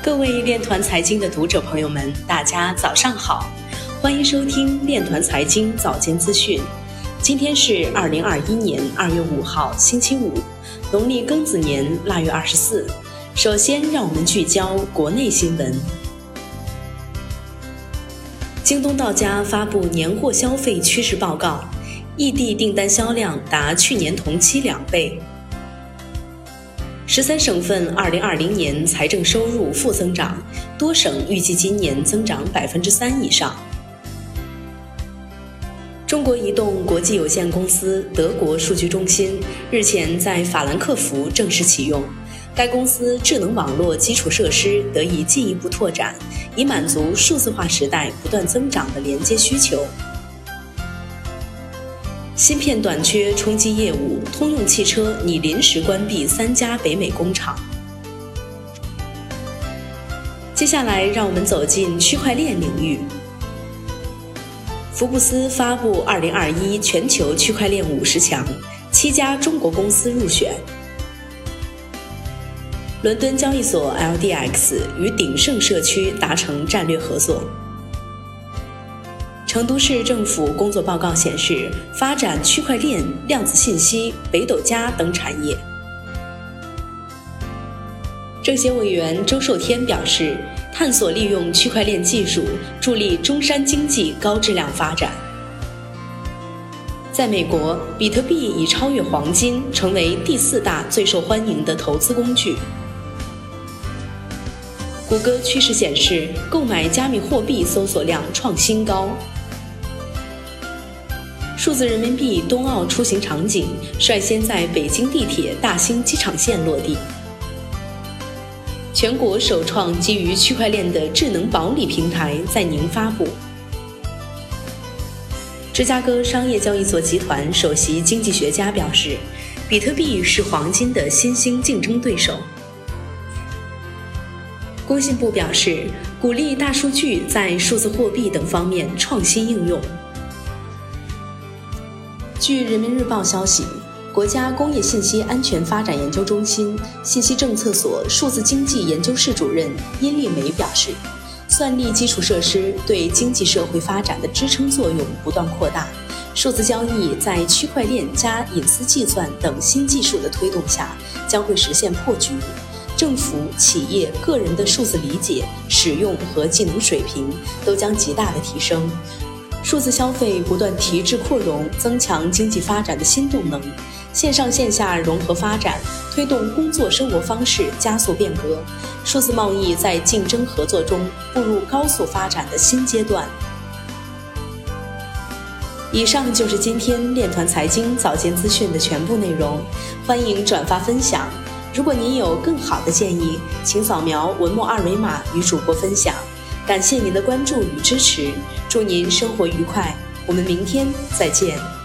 各位链团财经的读者朋友们，大家早上好，欢迎收听链团财经早间资讯。今天是2021年2月5号，星期五，农历庚子年腊月24。首先，让我们聚焦国内新闻。京东到家发布年货消费趋势报告，异地订单销量达去年同期2倍。13省份2020年财政收入负增长，多省预计今年增长3%以上。中国移动国际有限公司德国数据中心日前在法兰克福正式启用，该公司智能网络基础设施得以进一步拓展，以满足数字化时代不断增长的连接需求。芯片短缺冲击业务，通用汽车拟临时关闭3家北美工厂。接下来，让我们走进区块链领域。福布斯发布2021全球区块链50强，7家中国公司入选。伦敦交易所 LDX 与鼎盛社区达成战略合作。成都市政府工作报告显示，发展区块链、量子信息、北斗加等产业。政协委员周寿天表示，探索利用区块链技术，助力中山经济高质量发展。在美国，比特币已超越黄金，成为第4大最受欢迎的投资工具。谷歌趋势显示，购买加密货币搜索量创新高。数字人民币冬奥出行场景率先在北京地铁大兴机场线落地。全国首创基于区块链的智能保理平台在宁发布。芝加哥商业交易所集团首席经济学家表示，比特币是黄金的新兴竞争对手。工信部表示，鼓励大数据在数字货币等方面创新应用。据人民日报消息，国家工业信息安全发展研究中心信息政策所数字经济研究室主任殷丽梅表示，算力基础设施对经济社会发展的支撑作用不断扩大，数字交易在区块链加隐私计算等新技术的推动下，将会实现破局。政府、企业、个人的数字理解、使用和技能水平都将极大的提升。数字消费不断提质扩容，增强经济发展的新动能，线上线下融合发展，推动工作生活方式加速变革，数字贸易在竞争合作中步入高速发展的新阶段。以上就是今天链团财经早间资讯的全部内容，欢迎转发分享。如果您有更好的建议，请扫描文末2维码与主播分享。感谢您的关注与支持，祝您生活愉快，我们明天再见。